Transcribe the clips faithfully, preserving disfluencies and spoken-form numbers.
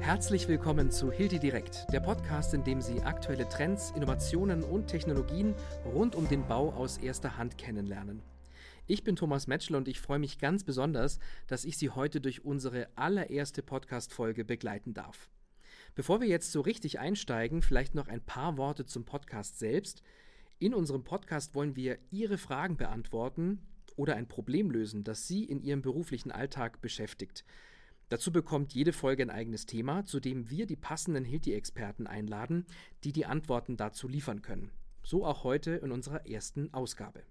Herzlich willkommen zu Hilti Direkt, der Podcast, in dem Sie aktuelle Trends, Innovationen und Technologien rund um den Bau aus erster Hand kennenlernen. Ich bin Thomas Metschel und ich freue mich ganz besonders, dass ich Sie heute durch unsere allererste Podcast-Folge begleiten darf. Bevor wir jetzt so richtig einsteigen, vielleicht noch ein paar Worte zum Podcast selbst. In unserem Podcast wollen wir Ihre Fragen beantworten oder ein Problem lösen, das Sie in Ihrem beruflichen Alltag beschäftigt. Dazu bekommt jede Folge ein eigenes Thema, zu dem wir die passenden Hilti-Experten einladen, die die Antworten dazu liefern können. So auch heute in unserer ersten Ausgabe.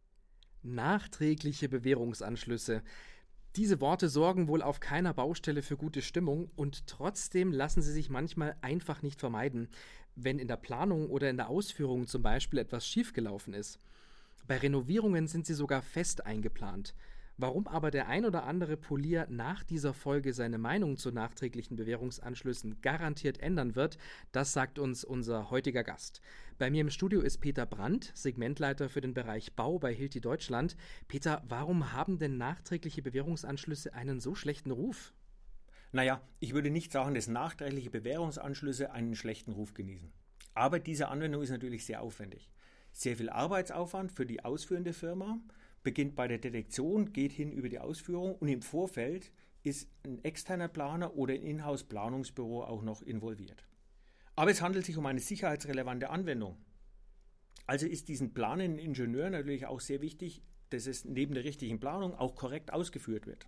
Nachträgliche Bewährungsanschlüsse. Diese Worte sorgen wohl auf keiner Baustelle für gute Stimmung und trotzdem lassen sie sich manchmal einfach nicht vermeiden, wenn in der Planung oder in der Ausführung zum Beispiel etwas schiefgelaufen ist. Bei Renovierungen sind sie sogar fest eingeplant. Warum aber der ein oder andere Polier nach dieser Folge seine Meinung zu nachträglichen Bewährungsanschlüssen garantiert ändern wird, das sagt uns unser heutiger Gast. Bei mir im Studio ist Peter Brandt, Segmentleiter für den Bereich Bau bei Hilti Deutschland. Peter, warum haben denn nachträgliche Bewährungsanschlüsse einen so schlechten Ruf? Naja, ich würde nicht sagen, dass nachträgliche Bewährungsanschlüsse einen schlechten Ruf genießen. Aber diese Anwendung ist natürlich sehr aufwendig. Sehr viel Arbeitsaufwand für die ausführende Firma, beginnt bei der Detektion, geht hin über die Ausführung und im Vorfeld ist ein externer Planer oder ein Inhouse-Planungsbüro auch noch involviert. Aber es handelt sich um eine sicherheitsrelevante Anwendung. Also ist diesen planenden Ingenieur natürlich auch sehr wichtig, dass es neben der richtigen Planung auch korrekt ausgeführt wird.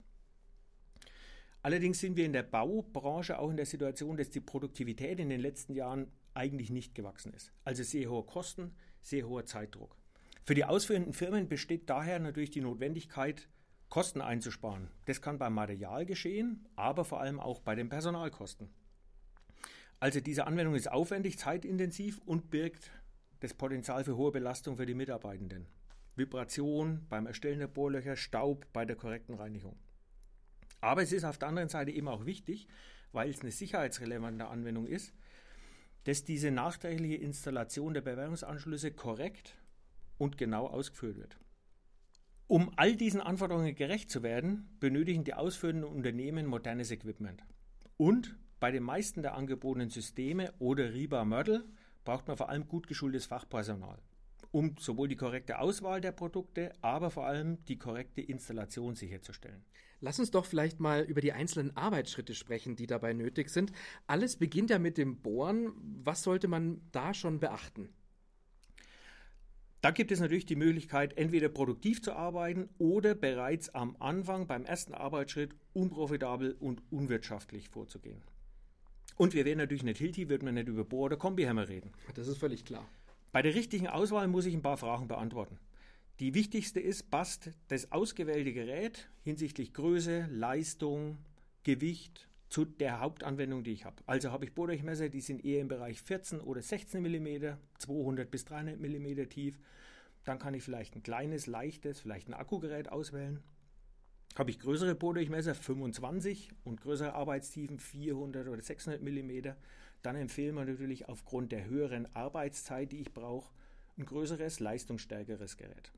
Allerdings sind wir in der Baubranche auch in der Situation, dass die Produktivität in den letzten Jahren eigentlich nicht gewachsen ist. Also sehr hohe Kosten, sehr hoher Zeitdruck. Für die ausführenden Firmen besteht daher natürlich die Notwendigkeit, Kosten einzusparen. Das kann beim Material geschehen, aber vor allem auch bei den Personalkosten. Also diese Anwendung ist aufwendig, zeitintensiv und birgt das Potenzial für hohe Belastung für die Mitarbeitenden. Vibration beim Erstellen der Bohrlöcher, Staub bei der korrekten Reinigung. Aber es ist auf der anderen Seite eben auch wichtig, weil es eine sicherheitsrelevante Anwendung ist, dass diese nachträgliche Installation der Bewährungsanschlüsse korrekt und genau ausgeführt wird. Um all diesen Anforderungen gerecht zu werden, benötigen die ausführenden Unternehmen modernes Equipment. Und bei den meisten der angebotenen Systeme oder R I B A-Mörtel braucht man vor allem gut geschultes Fachpersonal, um sowohl die korrekte Auswahl der Produkte, aber vor allem die korrekte Installation sicherzustellen. Lass uns doch vielleicht mal über die einzelnen Arbeitsschritte sprechen, die dabei nötig sind. Alles beginnt ja mit dem Bohren. Was sollte man da schon beachten? Da gibt es natürlich die Möglichkeit, entweder produktiv zu arbeiten oder bereits am Anfang beim ersten Arbeitsschritt unprofitabel und unwirtschaftlich vorzugehen. Und wir wären natürlich nicht Hilti, würden wir nicht über Bohr- oder Kombihämmer reden. Das ist völlig klar. Bei der richtigen Auswahl muss ich ein paar Fragen beantworten. Die wichtigste ist, passt das ausgewählte Gerät hinsichtlich Größe, Leistung, Gewicht zu der Hauptanwendung, die ich habe. Also habe ich Bohrdurchmesser, die sind eher im Bereich vierzehn oder sechzehn Millimeter, zweihundert bis dreihundert Millimeter tief. Dann kann ich vielleicht ein kleines, leichtes, vielleicht ein Akkugerät auswählen. Habe ich größere Bohrdurchmesser, fünfundzwanzig und größere Arbeitstiefen, vierhundert oder sechshundert Millimeter, dann empfehlen wir natürlich aufgrund der höheren Arbeitszeit, die ich brauche, ein größeres, leistungsstärkeres Gerät.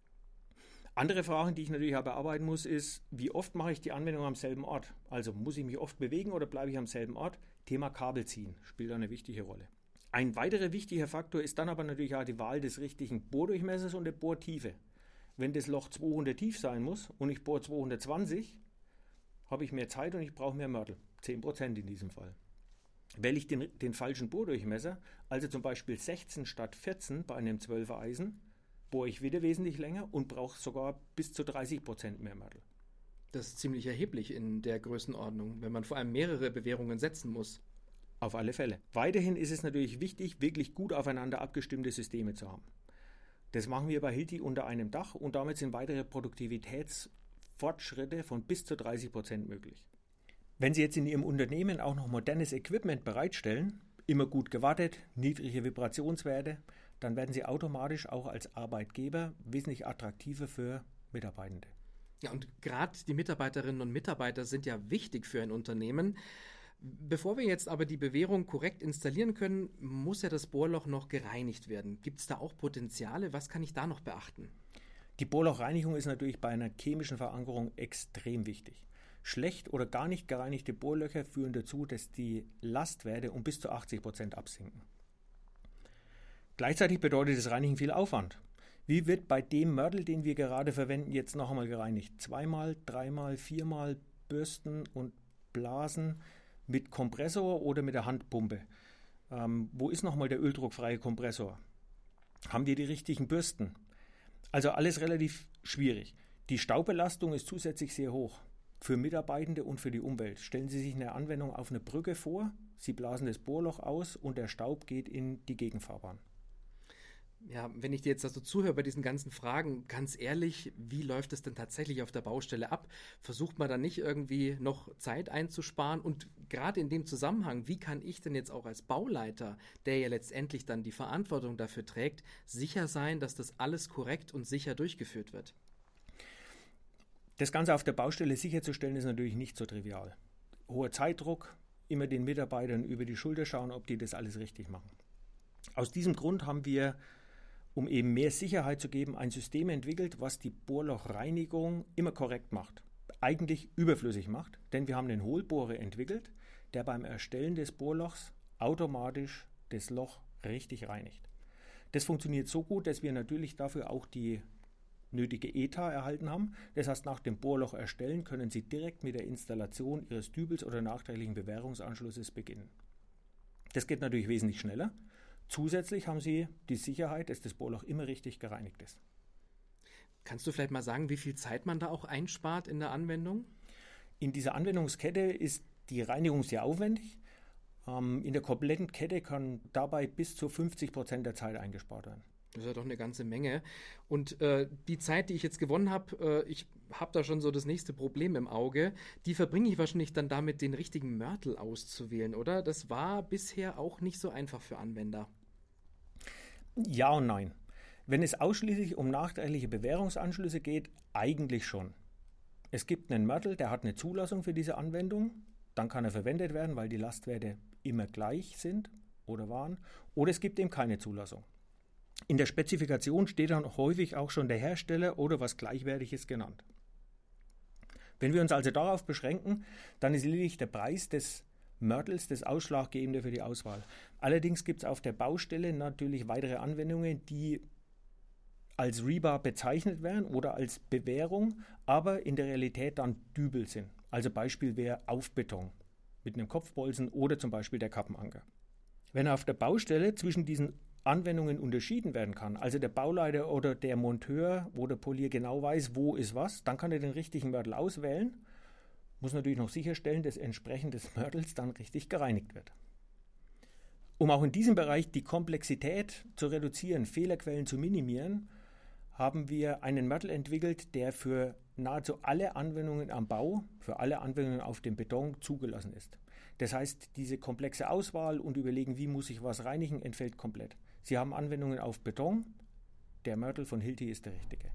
Andere Fragen, die ich natürlich auch bearbeiten muss, ist, wie oft mache ich die Anwendung am selben Ort? Also muss ich mich oft bewegen oder bleibe ich am selben Ort? Thema Kabel ziehen spielt eine wichtige Rolle. Ein weiterer wichtiger Faktor ist dann aber natürlich auch die Wahl des richtigen Bohrdurchmessers und der Bohrtiefe. Wenn das Loch zweihundert tief sein muss und ich bohre zweihundertzwanzig, habe ich mehr Zeit und ich brauche mehr Mörtel. zehn Prozent in diesem Fall. Wähle ich den, den falschen Bohrdurchmesser, also zum Beispiel sechzehn statt vierzehn bei einem zwölfer Eisen, bohre ich wieder wesentlich länger und brauche sogar bis zu dreißig Prozent mehr Mörtel. Das ist ziemlich erheblich in der Größenordnung, wenn man vor allem mehrere Bewährungen setzen muss. Auf alle Fälle. Weiterhin ist es natürlich wichtig, wirklich gut aufeinander abgestimmte Systeme zu haben. Das machen wir bei Hilti unter einem Dach und damit sind weitere Produktivitätsfortschritte von bis zu dreißig Prozent möglich. Wenn Sie jetzt in Ihrem Unternehmen auch noch modernes Equipment bereitstellen, immer gut gewartet, niedrige Vibrationswerte, dann werden Sie automatisch auch als Arbeitgeber wesentlich attraktiver für Mitarbeitende. Ja, und gerade die Mitarbeiterinnen und Mitarbeiter sind ja wichtig für ein Unternehmen. Bevor wir jetzt aber die Bewährung korrekt installieren können, muss ja das Bohrloch noch gereinigt werden. Gibt es da auch Potenziale? Was kann ich da noch beachten? Die Bohrlochreinigung ist natürlich bei einer chemischen Verankerung extrem wichtig. Schlecht oder gar nicht gereinigte Bohrlöcher führen dazu, dass die Lastwerte um bis zu achtzig Prozent absinken. Gleichzeitig bedeutet das Reinigen viel Aufwand. Wie wird bei dem Mörtel, den wir gerade verwenden, jetzt noch einmal gereinigt? Zweimal, dreimal, viermal bürsten und blasen mit Kompressor oder mit der Handpumpe? Ähm, wo ist nochmal der öldruckfreie Kompressor? Haben wir die richtigen Bürsten? Also alles relativ schwierig. Die Staubbelastung ist zusätzlich sehr hoch für Mitarbeitende und für die Umwelt. Stellen Sie sich eine Anwendung auf eine Brücke vor, Sie blasen das Bohrloch aus und der Staub geht in die Gegenfahrbahn. Ja, wenn ich dir jetzt also zuhöre bei diesen ganzen Fragen, ganz ehrlich, wie läuft es denn tatsächlich auf der Baustelle ab? Versucht man da nicht irgendwie noch Zeit einzusparen? Und gerade in dem Zusammenhang, wie kann ich denn jetzt auch als Bauleiter, der ja letztendlich dann die Verantwortung dafür trägt, sicher sein, dass das alles korrekt und sicher durchgeführt wird? Das Ganze auf der Baustelle sicherzustellen, ist natürlich nicht so trivial. Hoher Zeitdruck, immer den Mitarbeitern über die Schulter schauen, ob die das alles richtig machen. Aus diesem Grund haben wir, um eben mehr Sicherheit zu geben, ein System entwickelt, was die Bohrlochreinigung immer korrekt macht. Eigentlich überflüssig macht, denn wir haben einen Hohlbohrer entwickelt, der beim Erstellen des Bohrlochs automatisch das Loch richtig reinigt. Das funktioniert so gut, dass wir natürlich dafür auch die nötige E T A erhalten haben. Das heißt, nach dem Bohrloch erstellen können Sie direkt mit der Installation Ihres Dübels oder nachträglichen Bewährungsanschlusses beginnen. Das geht natürlich wesentlich schneller. Zusätzlich haben Sie die Sicherheit, dass das Bohrloch immer richtig gereinigt ist. Kannst du vielleicht mal sagen, wie viel Zeit man da auch einspart in der Anwendung? In dieser Anwendungskette ist die Reinigung sehr aufwendig. In der kompletten Kette kann dabei bis zu fünfzig Prozent der Zeit eingespart werden. Das ist ja doch eine ganze Menge. Und äh, die Zeit, die ich jetzt gewonnen habe, äh, ich habe da schon so das nächste Problem im Auge, die verbringe ich wahrscheinlich dann damit, den richtigen Mörtel auszuwählen, oder? Das war bisher auch nicht so einfach für Anwender. Ja und nein. Wenn es ausschließlich um nachträgliche Bewährungsanschlüsse geht, eigentlich schon. Es gibt einen Mörtel, der hat eine Zulassung für diese Anwendung, dann kann er verwendet werden, weil die Lastwerte immer gleich sind oder waren, oder es gibt eben keine Zulassung. In der Spezifikation steht dann häufig auch schon der Hersteller oder was Gleichwertiges genannt. Wenn wir uns also darauf beschränken, dann ist lediglich der Preis des Mörtels das Ausschlaggebende für die Auswahl. Allerdings gibt es auf der Baustelle natürlich weitere Anwendungen, die als Rebar bezeichnet werden oder als Bewährung, aber in der Realität dann Dübel sind. Also Beispiel wäre Aufbeton mit einem Kopfbolzen oder zum Beispiel der Kappenanker. Wenn auf der Baustelle zwischen diesen Anwendungen unterschieden werden kann, also der Bauleiter oder der Monteur, wo der Polier genau weiß, wo ist was, dann kann er den richtigen Mörtel auswählen, muss natürlich noch sicherstellen, dass entsprechend des Mörtels dann richtig gereinigt wird. Um auch in diesem Bereich die Komplexität zu reduzieren, Fehlerquellen zu minimieren, haben wir einen Mörtel entwickelt, der für nahezu alle Anwendungen am Bau, für alle Anwendungen auf dem Beton zugelassen ist. Das heißt, diese komplexe Auswahl und Überlegen, wie muss ich was reinigen, entfällt komplett. Sie haben Anwendungen auf Beton, der Mörtel von Hilti ist der richtige.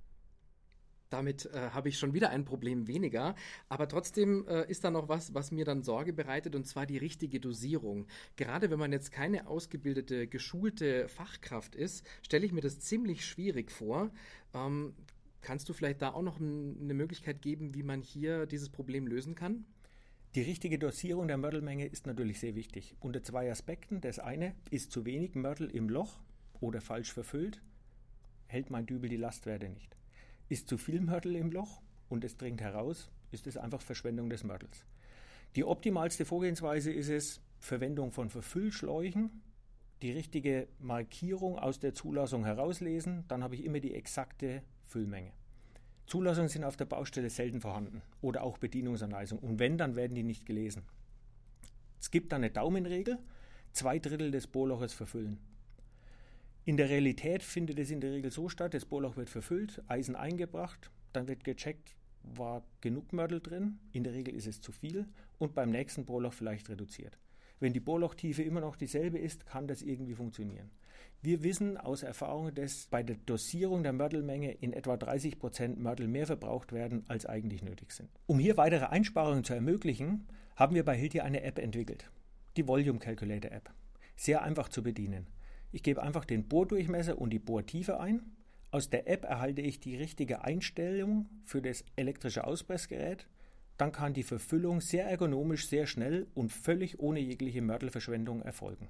Damit äh, habe ich schon wieder ein Problem weniger, aber trotzdem äh, ist da noch was, was mir dann Sorge bereitet, und zwar die richtige Dosierung. Gerade wenn man jetzt keine ausgebildete, geschulte Fachkraft ist, stelle ich mir das ziemlich schwierig vor. Ähm, kannst du vielleicht da auch noch n- eine Möglichkeit geben, wie man hier dieses Problem lösen kann? Die richtige Dosierung der Mörtelmenge ist natürlich sehr wichtig. Unter zwei Aspekten. Das eine, ist zu wenig Mörtel im Loch oder falsch verfüllt, hält mein Dübel die Lastwerte nicht. Ist zu viel Mörtel im Loch und es dringt heraus, ist es einfach Verschwendung des Mörtels. Die optimalste Vorgehensweise ist es, Verwendung von Verfüllschläuchen, die richtige Markierung aus der Zulassung herauslesen, dann habe ich immer die exakte Füllmenge. Zulassungen sind auf der Baustelle selten vorhanden oder auch Bedienungsanweisungen, und wenn, dann werden die nicht gelesen. Es gibt dann eine Daumenregel, zwei Drittel des Bohrloches verfüllen. In der Realität findet es in der Regel so statt, das Bohrloch wird verfüllt, Eisen eingebracht, dann wird gecheckt, war genug Mörtel drin, in der Regel ist es zu viel, und beim nächsten Bohrloch vielleicht reduziert. Wenn die Bohrlochtiefe immer noch dieselbe ist, kann das irgendwie funktionieren. Wir wissen aus Erfahrung, dass bei der Dosierung der Mörtelmenge in etwa dreißig Prozent Mörtel mehr verbraucht werden, als eigentlich nötig sind. Um hier weitere Einsparungen zu ermöglichen, haben wir bei Hilti eine App entwickelt, die Volume Calculator App. Sehr einfach zu bedienen. Ich gebe einfach den Bohrdurchmesser und die Bohrtiefe ein. Aus der App erhalte ich die richtige Einstellung für das elektrische Auspressgerät. dann kann die Verfüllung sehr ergonomisch, sehr schnell und völlig ohne jegliche Mörtelverschwendung erfolgen.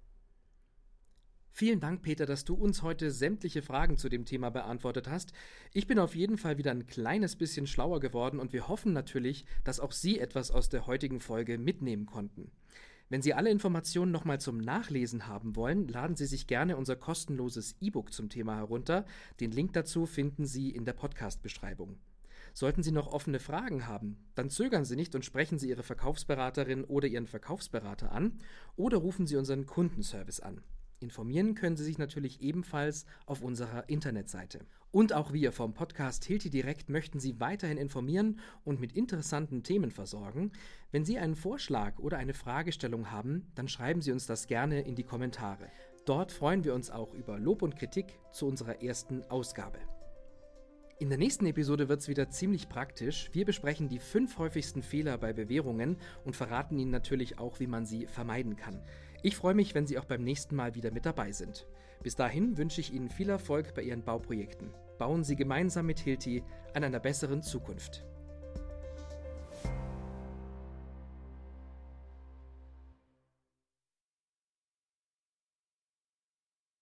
Vielen Dank, Peter, dass du uns heute sämtliche Fragen zu dem Thema beantwortet hast. Ich bin auf jeden Fall wieder ein kleines bisschen schlauer geworden und wir hoffen natürlich, dass auch Sie etwas aus der heutigen Folge mitnehmen konnten. Wenn Sie alle Informationen nochmal zum Nachlesen haben wollen, laden Sie sich gerne unser kostenloses E-Book zum Thema herunter. Den Link dazu finden Sie in der Podcast-Beschreibung. Sollten Sie noch offene Fragen haben, dann zögern Sie nicht und sprechen Sie Ihre Verkaufsberaterin oder Ihren Verkaufsberater an oder rufen Sie unseren Kundenservice an. Informieren können Sie sich natürlich ebenfalls auf unserer Internetseite. Und auch wir vom Podcast Hilti Direkt möchten Sie weiterhin informieren und mit interessanten Themen versorgen. Wenn Sie einen Vorschlag oder eine Fragestellung haben, dann schreiben Sie uns das gerne in die Kommentare. Dort freuen wir uns auch über Lob und Kritik zu unserer ersten Ausgabe. In der nächsten Episode wird es wieder ziemlich praktisch. Wir besprechen die fünf häufigsten Fehler bei Bewährungen und verraten Ihnen natürlich auch, wie man sie vermeiden kann. Ich freue mich, wenn Sie auch beim nächsten Mal wieder mit dabei sind. Bis dahin wünsche ich Ihnen viel Erfolg bei Ihren Bauprojekten. Bauen Sie gemeinsam mit Hilti an einer besseren Zukunft.